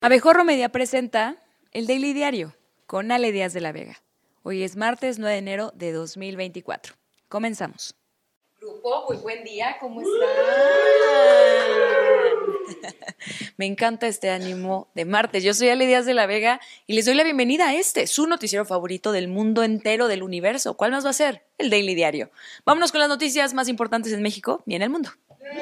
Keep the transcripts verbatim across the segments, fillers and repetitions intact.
Abejorro Media presenta el Daily Diario con Ale Díaz de la Vega. Hoy es martes nueve de enero de dos mil veinticuatro. Comenzamos. Grupo, muy buen día, ¿cómo están? Me encanta este ánimo de martes. Yo soy Ale Díaz de la Vega y les doy la bienvenida a este, su noticiero favorito del mundo entero, del universo. ¿Cuál más va a ser? El Daily Diario. Vámonos con las noticias más importantes en México y en el mundo.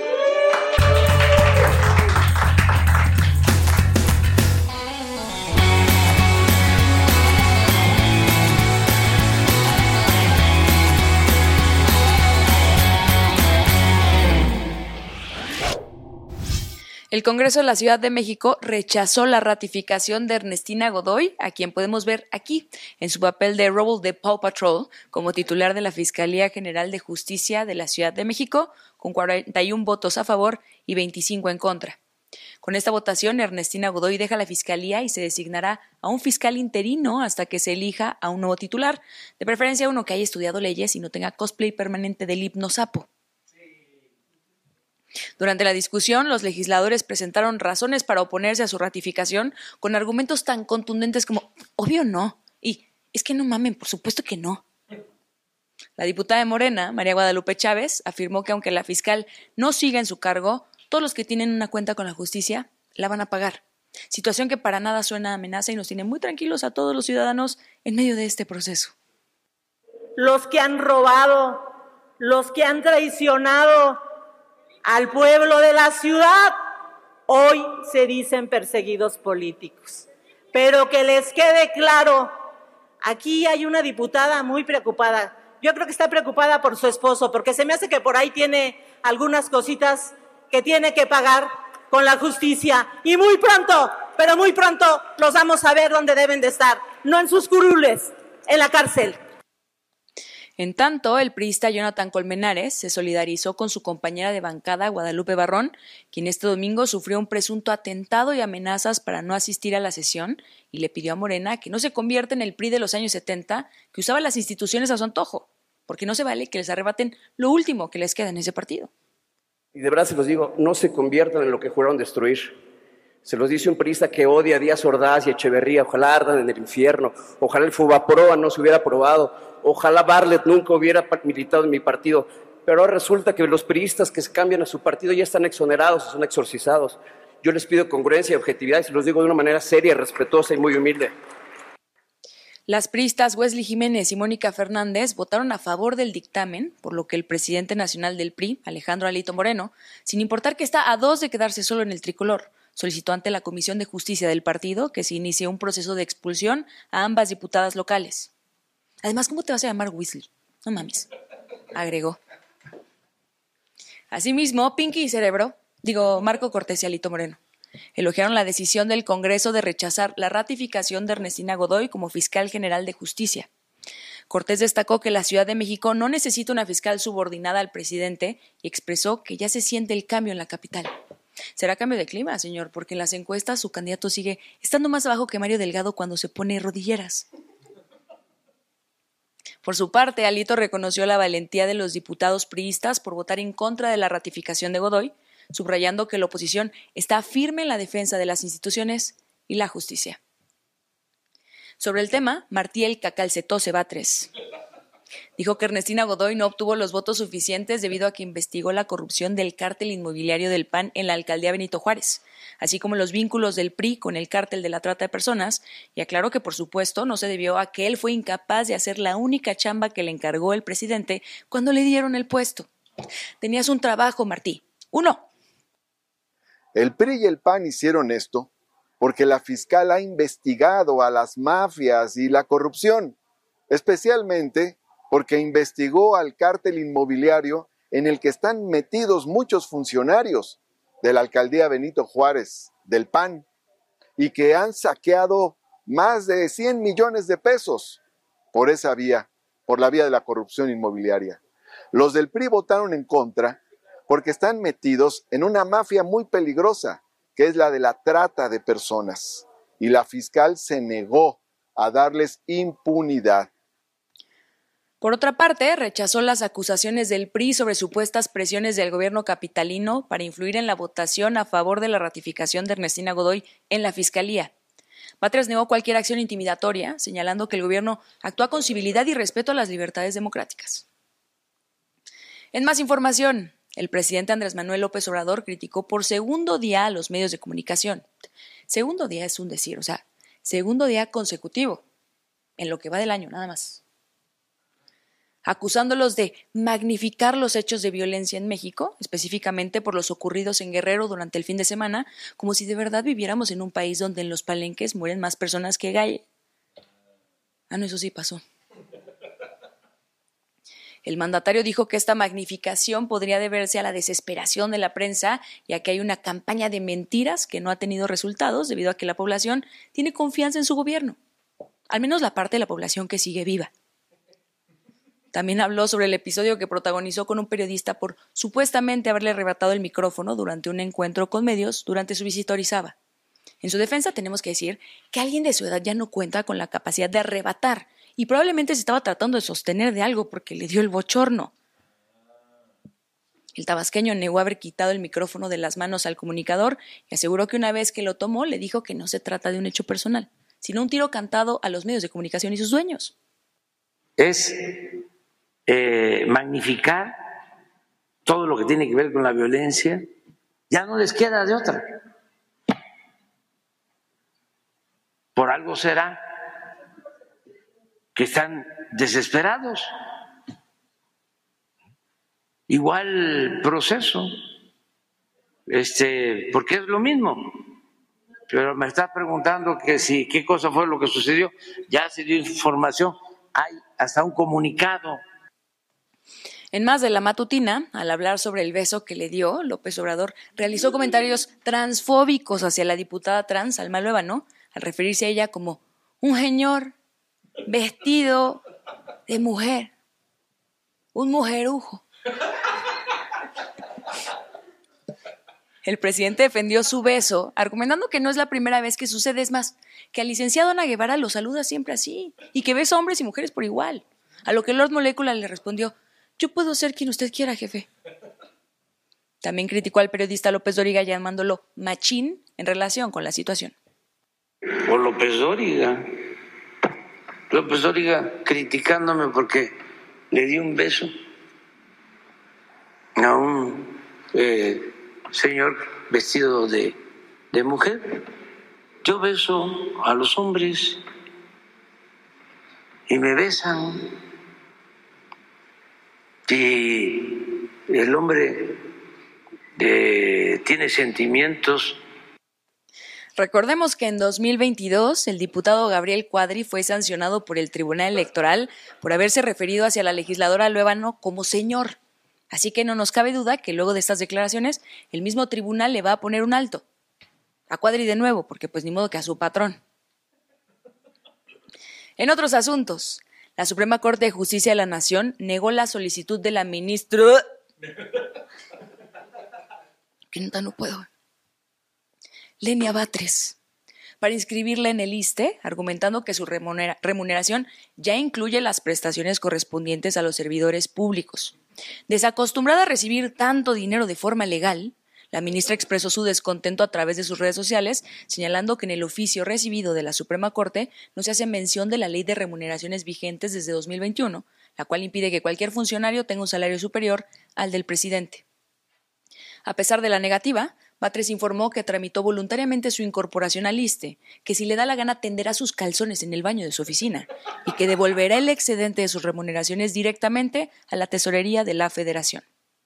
El Congreso de la Ciudad de México rechazó la ratificación de Ernestina Godoy, a quien podemos ver aquí, en su papel de Rubble de Paw Patrol, como titular de la Fiscalía General de Justicia de la Ciudad de México, con cuarenta y uno votos a favor y veinticinco en contra. Con esta votación, Ernestina Godoy deja la Fiscalía y se designará a un fiscal interino hasta que se elija a un nuevo titular, de preferencia uno que haya estudiado leyes y no tenga cosplay permanente del himno sapo. Durante la discusión, los legisladores presentaron razones para oponerse a su ratificación con argumentos tan contundentes como obvio no y es que no mamen, por supuesto que no. La diputada de Morena, María Guadalupe Chávez, afirmó que aunque la fiscal no siga en su cargo, todos los que tienen una cuenta con la justicia la van a pagar. Situación que para nada suena a amenaza y nos tiene muy tranquilos a todos los ciudadanos en medio de este proceso. Los que han robado, los que han traicionado al pueblo de la ciudad, hoy se dicen perseguidos políticos. Pero que les quede claro, aquí hay una diputada muy preocupada. Yo creo que está preocupada por su esposo, porque se me hace que por ahí tiene algunas cositas que tiene que pagar con la justicia. Y muy pronto, pero muy pronto los vamos a ver donde deben de estar, no en sus curules, en la cárcel. En tanto, el priista Jonathan Colmenares se solidarizó con su compañera de bancada, Guadalupe Barrón, quien este domingo sufrió un presunto atentado y amenazas para no asistir a la sesión, y le pidió a Morena que no se convierta en el P R I de los años setenta, que usaba las instituciones a su antojo, porque no se vale que les arrebaten lo último que les queda en ese partido. Y de verdad se los digo, no se conviertan en lo que juraron destruir. Se los dice un priista que odia a Díaz Ordaz y Echeverría, ojalá ardan en el infierno, ojalá el Fobaproa no se hubiera aprobado, ojalá Bartlett nunca hubiera militado en mi partido, pero ahora resulta que los priistas que se cambian a su partido ya están exonerados, son exorcizados. Yo les pido congruencia y objetividad y se los digo de una manera seria, respetuosa y muy humilde. Las priistas Wesley Jiménez y Mónica Fernández votaron a favor del dictamen, por lo que el presidente nacional del P R I, Alejandro Alito Moreno, sin importar que está a dos de quedarse solo en el tricolor, solicitó ante la Comisión de Justicia del partido que se inicie un proceso de expulsión a ambas diputadas locales. Además, ¿cómo te vas a llamar Weasley? No mames, agregó. Asimismo, Pinky y Cerebro, digo Marco Cortés y Alito Moreno, elogiaron la decisión del Congreso de rechazar la ratificación de Ernestina Godoy como fiscal general de justicia. Cortés destacó que la Ciudad de México no necesita una fiscal subordinada al presidente y expresó que ya se siente el cambio en la capital. Será cambio de clima, señor, porque en las encuestas su candidato sigue estando más abajo que Mario Delgado cuando se pone rodilleras. Por su parte, Alito reconoció la valentía de los diputados priistas por votar en contra de la ratificación de Godoy, subrayando que la oposición está firme en la defensa de las instituciones y la justicia. Sobre el tema, Martiel Cacalcetó Cebatres dijo que Ernestina Godoy no obtuvo los votos suficientes debido a que investigó la corrupción del cártel inmobiliario del P A N en la alcaldía Benito Juárez, así como los vínculos del P R I con el cártel de la trata de personas, y aclaró que, por supuesto, no se debió a que él fue incapaz de hacer la única chamba que le encargó el presidente cuando le dieron el puesto. Tenías un trabajo, Martí. Uno. El P R I y el P A N hicieron esto porque la fiscal ha investigado a las mafias y la corrupción, especialmente porque investigó al cártel inmobiliario en el que están metidos muchos funcionarios de la alcaldía Benito Juárez, del P A N, y que han saqueado más de cien millones de pesos por esa vía, por la vía de la corrupción inmobiliaria. Los del P R I votaron en contra porque están metidos en una mafia muy peligrosa, que es la de la trata de personas, y la fiscal se negó a darles impunidad. Por otra parte, rechazó las acusaciones del P R I sobre supuestas presiones del gobierno capitalino para influir en la votación a favor de la ratificación de Ernestina Godoy en la Fiscalía. Batres negó cualquier acción intimidatoria, señalando que el gobierno actúa con civilidad y respeto a las libertades democráticas. En más información, el presidente Andrés Manuel López Obrador criticó por segundo día a los medios de comunicación. Segundo día es un decir, o sea, segundo día consecutivo, en lo que va del año, nada más. Acusándolos de magnificar los hechos de violencia en México, específicamente por los ocurridos en Guerrero durante el fin de semana, como si de verdad viviéramos en un país donde en los palenques mueren más personas que gallos. Ah, no, eso sí pasó. El mandatario dijo que esta magnificación podría deberse a la desesperación de la prensa, ya que hay una campaña de mentiras que no ha tenido resultados debido a que la población tiene confianza en su gobierno, al menos la parte de la población que sigue viva. También habló sobre el episodio que protagonizó con un periodista por supuestamente haberle arrebatado el micrófono durante un encuentro con medios durante su visita a Orizaba. En su defensa tenemos que decir que alguien de su edad ya no cuenta con la capacidad de arrebatar y probablemente se estaba tratando de sostener de algo porque le dio el bochorno. El tabasqueño negó haber quitado el micrófono de las manos al comunicador y aseguró que una vez que lo tomó le dijo que no se trata de un hecho personal, sino un tiro cantado a los medios de comunicación y sus dueños. Es eh, magnificar todo lo que tiene que ver con la violencia. Ya no les queda de otra. Por algo será que están desesperados. Igual proceso, este, porque es lo mismo. Pero me está preguntando que si qué cosa fue lo que sucedió. Ya se dio información, hay hasta un comunicado. En más de la matutina, al hablar sobre el beso que le dio, López Obrador realizó comentarios transfóbicos hacia la diputada trans Alma Luébano, al referirse a ella como un señor vestido de mujer, un mujerujo. El presidente defendió su beso, argumentando que no es la primera vez que sucede, es más, que al licenciado Ana Guevara lo saluda siempre así, y que besa a hombres y mujeres por igual. A lo que Lord Molécula le respondió: yo puedo ser quien usted quiera, jefe. También criticó al periodista López Dóriga llamándolo machín en relación con la situación. O López Dóriga. López Dóriga criticándome porque le di un beso a un eh, señor vestido de, de mujer. Yo beso a los hombres y me besan. Y el hombre eh, tiene sentimientos. Recordemos que en dos mil veintidós el diputado Gabriel Cuadri fue sancionado por el Tribunal Electoral por haberse referido hacia la legisladora Luébano como señor. Así que no nos cabe duda que luego de estas declaraciones el mismo tribunal le va a poner un alto. A Cuadri de nuevo, porque pues ni modo que a su patrón. En otros asuntos, la Suprema Corte de Justicia de la Nación negó la solicitud de la ministra... Que neta no puedo... Lenia Batres, para inscribirla en el I S S S T E, argumentando que su remunera- remuneración ya incluye las prestaciones correspondientes a los servidores públicos. Desacostumbrada a recibir tanto dinero de forma legal, la ministra expresó su descontento a través de sus redes sociales, señalando que en el oficio recibido de la Suprema Corte no se hace mención de la ley de remuneraciones vigentes desde dos mil veintiuno, la cual impide que cualquier funcionario tenga un salario superior al del presidente. A pesar de la negativa, Batres informó que tramitó voluntariamente su incorporación al I S S S T E, que si le da la gana tenderá sus calzones en el baño de su oficina y que devolverá el excedente de sus remuneraciones directamente a la tesorería de la Federación.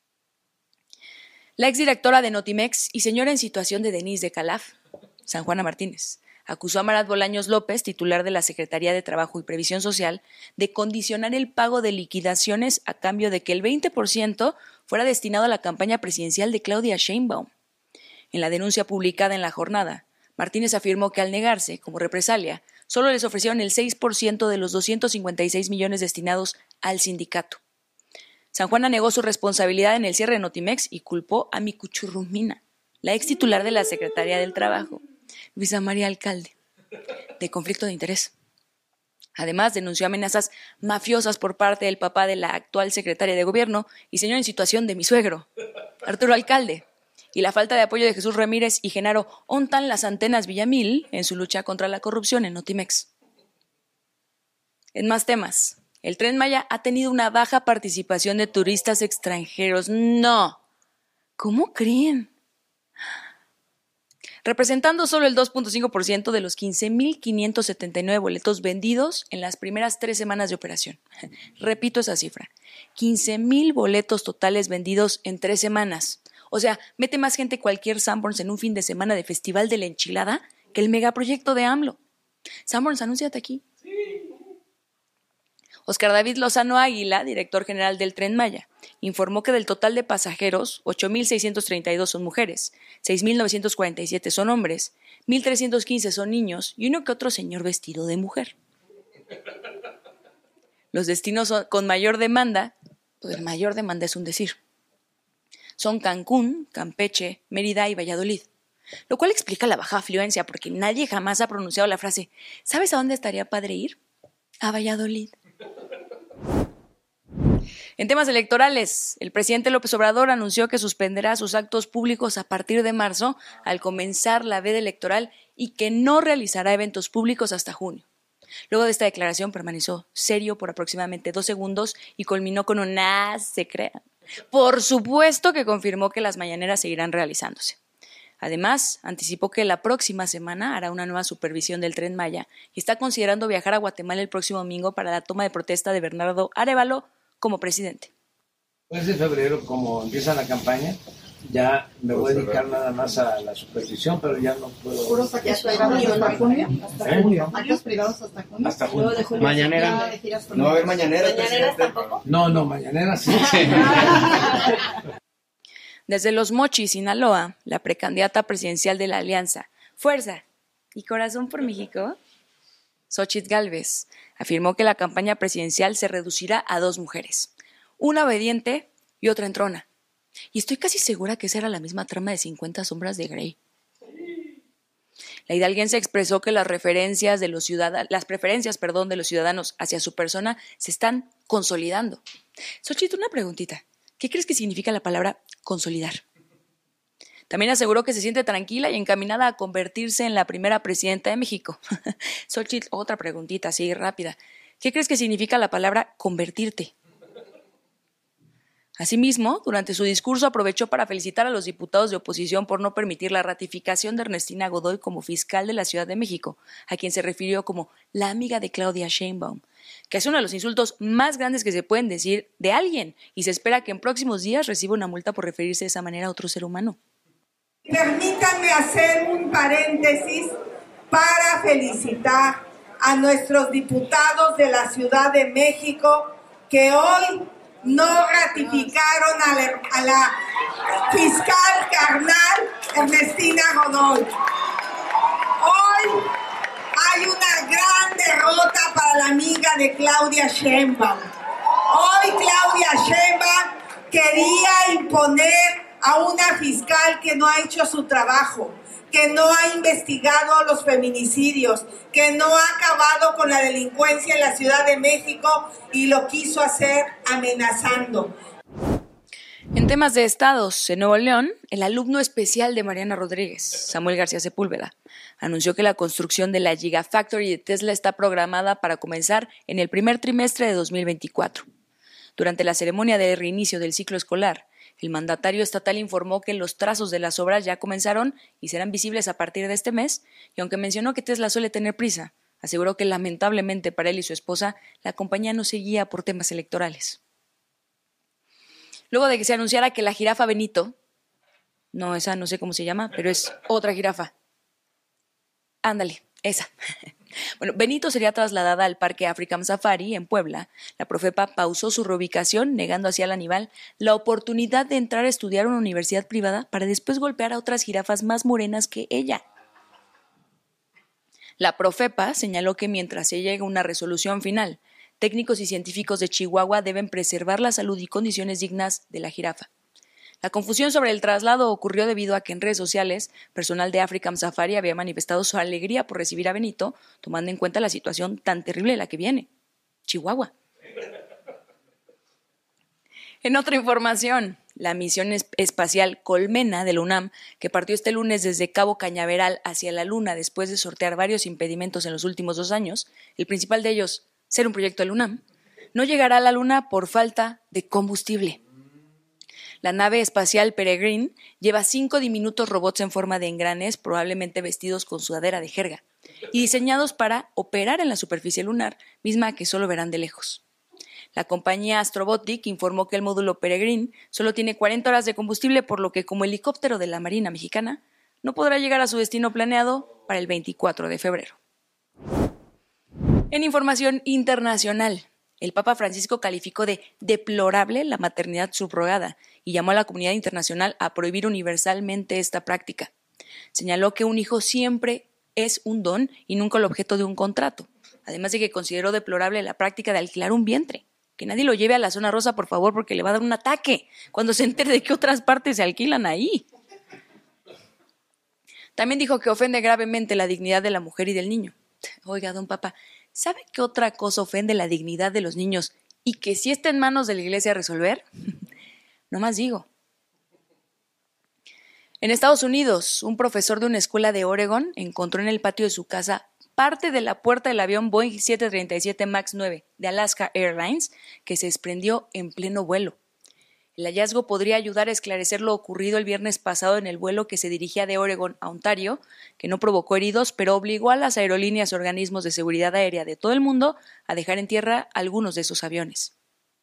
La exdirectora de Notimex y señora en situación de Denise de Calaf, San Juana Martínez, acusó a Marat Bolaños López, titular de la Secretaría de Trabajo y Previsión Social, de condicionar el pago de liquidaciones a cambio de que el veinte por ciento fuera destinado a la campaña presidencial de Claudia Sheinbaum. En la denuncia publicada en La Jornada, Martínez afirmó que al negarse, como represalia, solo les ofrecieron el seis por ciento de los doscientos cincuenta y seis millones destinados al sindicato. San Juana negó su responsabilidad en el cierre de Notimex y culpó a Micuchurrumina, la ex titular de la Secretaría del Trabajo, Luisa María Alcalde, de conflicto de interés. Además, denunció amenazas mafiosas por parte del papá de la actual secretaria de gobierno y señaló en situación de mi suegro, Arturo Alcalde, y la falta de apoyo de Jesús Ramírez y Genaro Ontan Las Antenas Villamil en su lucha contra la corrupción en Notimex. En más temas, el Tren Maya ha tenido una baja participación de turistas extranjeros. ¡No! ¿Cómo creen? Representando solo el dos punto cinco por ciento de los quince mil quinientos setenta y nueve boletos vendidos en las primeras tres semanas de operación. Repito esa cifra, quince mil boletos totales vendidos en tres semanas. O sea, mete más gente cualquier Sanborns en un fin de semana de Festival de la Enchilada que el megaproyecto de AMLO. Sanborns, anúnciate aquí. Óscar David Lozano Águila, director general del Tren Maya, informó que del total de pasajeros, ocho mil seiscientos treinta y dos son mujeres, seis mil novecientos cuarenta y siete son hombres, mil trescientos quince son niños y uno que otro señor vestido de mujer. Los destinos con mayor demanda, pues mayor demanda es un decir, son Cancún, Campeche, Mérida y Valladolid, lo cual explica la baja afluencia porque nadie jamás ha pronunciado la frase ¿sabes a dónde estaría padre ir? A Valladolid. En temas electorales, el presidente López Obrador anunció que suspenderá sus actos públicos a partir de marzo al comenzar la veda electoral y que no realizará eventos públicos hasta junio. Luego de esta declaración permaneció serio por aproximadamente dos segundos y culminó con un "ah, se crean". Por supuesto que confirmó que las mañaneras seguirán realizándose. Además, anticipó que la próxima semana hará una nueva supervisión del Tren Maya y está considerando viajar a Guatemala el próximo domingo para la toma de protesta de Bernardo Arévalo como presidente. Pues de febrero, como empieza la campaña, ya me voy a dedicar nada más a la supervisión, pero ya no puedo. ¿Puros actos privados hasta junio? ¿Hasta junio? ¿Actos privados hasta junio? Hasta junio. De junio Mañanera. No va a haber mañaneras. ¿Mañaneras tampoco? No, no, mañanera sí. Desde Los Mochis, Sinaloa, la precandidata presidencial de la Alianza Fuerza y Corazón por México, Xóchitl Gálvez, afirmó que la campaña presidencial se reducirá a dos mujeres, una obediente y otra entrona. Y estoy casi segura que esa era la misma trama de cincuenta sombras de Grey. La hidalguense expresó que las referencias de los ciudadanos, las preferencias, perdón, de los ciudadanos hacia su persona se están consolidando. Xóchitl, una preguntita. ¿Qué crees que significa la palabra consolidar? También aseguró que se siente tranquila y encaminada a convertirse en la primera presidenta de México. Xóchitl, otra preguntita así rápida. ¿Qué crees que significa la palabra convertirte? Asimismo, durante su discurso aprovechó para felicitar a los diputados de oposición por no permitir la ratificación de Ernestina Godoy como fiscal de la Ciudad de México, a quien se refirió como la amiga de Claudia Sheinbaum, que es uno de los insultos más grandes que se pueden decir de alguien, y se espera que en próximos días reciba una multa por referirse de esa manera a otro ser humano. Permítanme hacer un paréntesis para felicitar a nuestros diputados de la Ciudad de México que hoy no ratificaron a la, a la fiscal carnal Ernestina Godoy. Hoy hay una gran derrota para la amiga de Claudia Sheinbaum. Hoy Claudia Sheinbaum quería imponer a una fiscal que no ha hecho su trabajo, que no ha investigado los feminicidios, que no ha acabado con la delincuencia en la Ciudad de México y lo quiso hacer amenazando. En temas de estados, en Nuevo León, el alumno especial de Mariana Rodríguez, Samuel García Sepúlveda, anunció que la construcción de la Gigafactory de Tesla está programada para comenzar en el primer trimestre de dos mil veinticuatro. Durante la ceremonia de reinicio del ciclo escolar, el mandatario estatal informó que los trazos de las obras ya comenzaron y serán visibles a partir de este mes, y aunque mencionó que Tesla suele tener prisa, aseguró que lamentablemente para él y su esposa, la compañía no se guía por temas electorales. Luego de que se anunciara que la jirafa Benito, no, esa no sé cómo se llama, pero es otra jirafa. Ándale, esa. Bueno, Benito sería trasladada al Parque African Safari en Puebla. La Profepa pausó su reubicación, negando así al animal la oportunidad de entrar a estudiar a una universidad privada para después golpear a otras jirafas más morenas que ella. La Profepa señaló que mientras se llegue a una resolución final, técnicos y científicos de Chihuahua deben preservar la salud y condiciones dignas de la jirafa. La confusión sobre el traslado ocurrió debido a que en redes sociales, personal de African Safari había manifestado su alegría por recibir a Benito, tomando en cuenta la situación tan terrible en la que viene. Chihuahua. En otra información, la misión espacial Colmena de la UNAM, que partió este lunes desde Cabo Cañaveral hacia la Luna después de sortear varios impedimentos en los últimos dos años, el principal de ellos, ser un proyecto de la UNAM, no llegará a la Luna por falta de combustible. La nave espacial Peregrine lleva cinco diminutos robots en forma de engranes, probablemente vestidos con sudadera de jerga, y diseñados para operar en la superficie lunar, misma que solo verán de lejos. La compañía Astrobotic informó que el módulo Peregrine solo tiene cuarenta horas de combustible, por lo que como helicóptero de la Marina Mexicana no podrá llegar a su destino planeado para el veinticuatro de febrero. En información internacional, el Papa Francisco calificó de deplorable la maternidad subrogada y llamó a la comunidad internacional a prohibir universalmente esta práctica. Señaló que un hijo siempre es un don y nunca el objeto de un contrato, además de que consideró deplorable la práctica de alquilar un vientre. Que nadie lo lleve a la zona rosa, por favor, porque le va a dar un ataque cuando se entere de que otras partes se alquilan ahí. También dijo que ofende gravemente la dignidad de la mujer y del niño. Oiga, don Papa, ¿sabe qué otra cosa ofende la dignidad de los niños y que sí está en manos de la Iglesia resolver? No más digo. En Estados Unidos, un profesor de una escuela de Oregon encontró en el patio de su casa parte de la puerta del avión Boeing siete treinta y siete MAX nueve de Alaska Airlines, que se desprendió en pleno vuelo. El hallazgo podría ayudar a esclarecer lo ocurrido el viernes pasado en el vuelo que se dirigía de Oregon a Ontario, que no provocó heridos, pero obligó a las aerolíneas y organismos de seguridad aérea de todo el mundo a dejar en tierra algunos de esos aviones.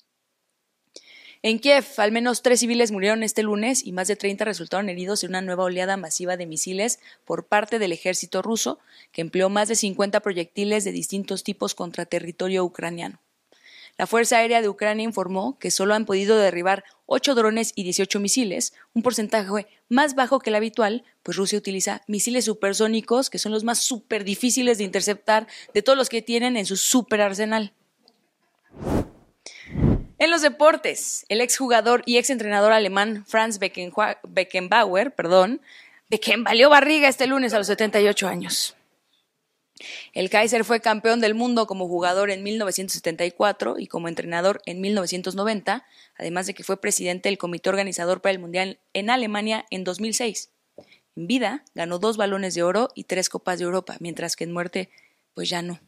En Kiev, al menos tres civiles murieron este lunes y más de treinta resultaron heridos en una nueva oleada masiva de misiles por parte del ejército ruso, que empleó más de cincuenta proyectiles de distintos tipos contra territorio ucraniano. La Fuerza Aérea de Ucrania informó que solo han podido derribar ocho drones y dieciocho misiles, un porcentaje más bajo que el habitual, pues Rusia utiliza misiles supersónicos, que son los más súper difíciles de interceptar de todos los que tienen en su super arsenal. En los deportes, el exjugador y exentrenador alemán Franz Beckenbauer, perdón, Becken valió barriga este lunes a los setenta y ocho años. El Kaiser fue campeón del mundo como jugador en mil novecientos setenta y cuatro y como entrenador en mil novecientos noventa, además de que fue presidente del comité organizador para el Mundial en Alemania en dos mil seis. En vida, ganó dos balones de oro y tres copas de Europa, mientras que en muerte, pues ya no.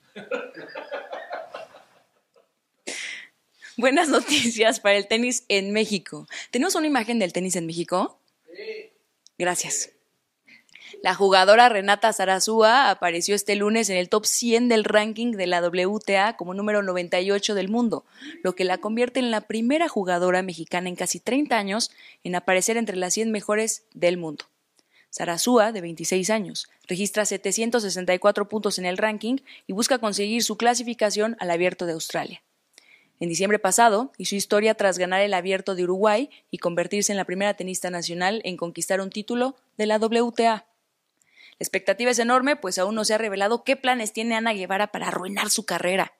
Buenas noticias para el tenis en México. ¿Tenemos una imagen del tenis en México? Sí. Gracias. La jugadora Renata Zarazúa apareció este lunes en el top cien del ranking de la W T A como número noventa y ocho del mundo, lo que la convierte en la primera jugadora mexicana en casi treinta años en aparecer entre las cien mejores del mundo. Zarazúa, de veintiséis años, registra setecientos sesenta y cuatro puntos en el ranking y busca conseguir su clasificación al Abierto de Australia. En diciembre pasado, hizo historia tras ganar el Abierto de Uruguay y convertirse en la primera tenista nacional en conquistar un título de la W T A. La expectativa es enorme, pues aún no se ha revelado qué planes tiene Ana Guevara para arruinar su carrera.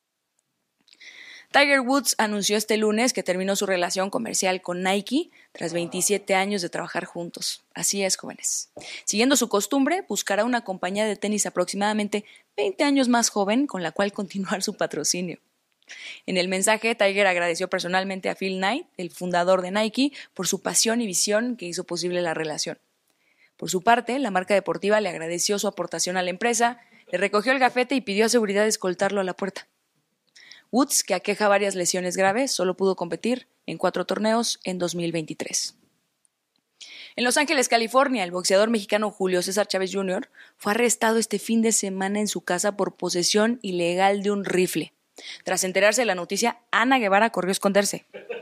Tiger Woods anunció este lunes que terminó su relación comercial con Nike tras veintisiete años de trabajar juntos. Así es, jóvenes. Siguiendo su costumbre, buscará una compañía de tenis aproximadamente veinte años más joven con la cual continuar su patrocinio. En el mensaje, Tiger agradeció personalmente a Phil Knight, el fundador de Nike, por su pasión y visión que hizo posible la relación. Por su parte, la marca deportiva le agradeció su aportación a la empresa, le recogió el gafete y pidió a seguridad escoltarlo a la puerta. Woods, que aqueja varias lesiones graves, solo pudo competir en cuatro torneos en dos mil veintitrés. En Los Ángeles, California, el boxeador mexicano Julio César Chávez junior fue arrestado este fin de semana en su casa por posesión ilegal de un rifle. Tras enterarse de la noticia, Ana Guevara corrió a esconderse.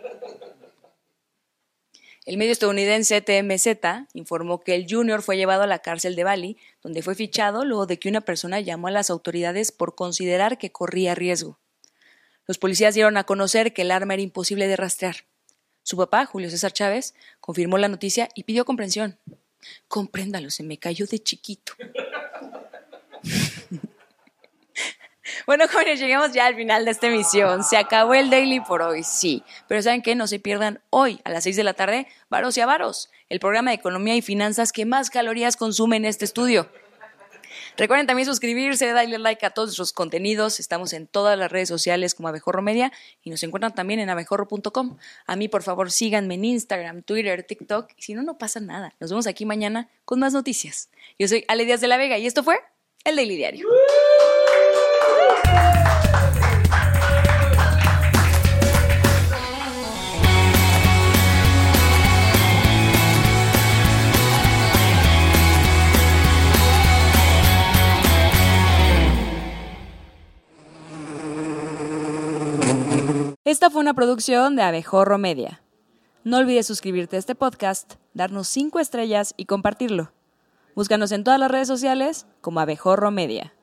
El medio estadounidense T M Z informó que el Junior fue llevado a la cárcel de Bali, donde fue fichado luego de que una persona llamó a las autoridades por considerar que corría riesgo. Los policías dieron a conocer que el arma era imposible de rastrear. Su papá, Julio César Chávez, confirmó la noticia y pidió comprensión. Compréndalo, se me cayó de chiquito. Bueno, jóvenes, llegamos ya al final de esta emisión. Se acabó el Daily por hoy, sí. Pero ¿saben qué? No se pierdan hoy, a las seis de la tarde, Varos y Avaros, el programa de economía y finanzas que más calorías consume en este estudio. Recuerden también suscribirse, darle like a todos nuestros contenidos. Estamos en todas las redes sociales como Abejorro Media y nos encuentran también en abejorro punto com. A mí, por favor, síganme en Instagram, Twitter, TikTok. Y si no, no pasa nada. Nos vemos aquí mañana con más noticias. Yo soy Ale Díaz de la Vega y esto fue El Daily Diario. Esta fue una producción de Abejorro Media. No olvides suscribirte a este podcast, darnos cinco estrellas y compartirlo. Búscanos en todas las redes sociales como Abejorro Media.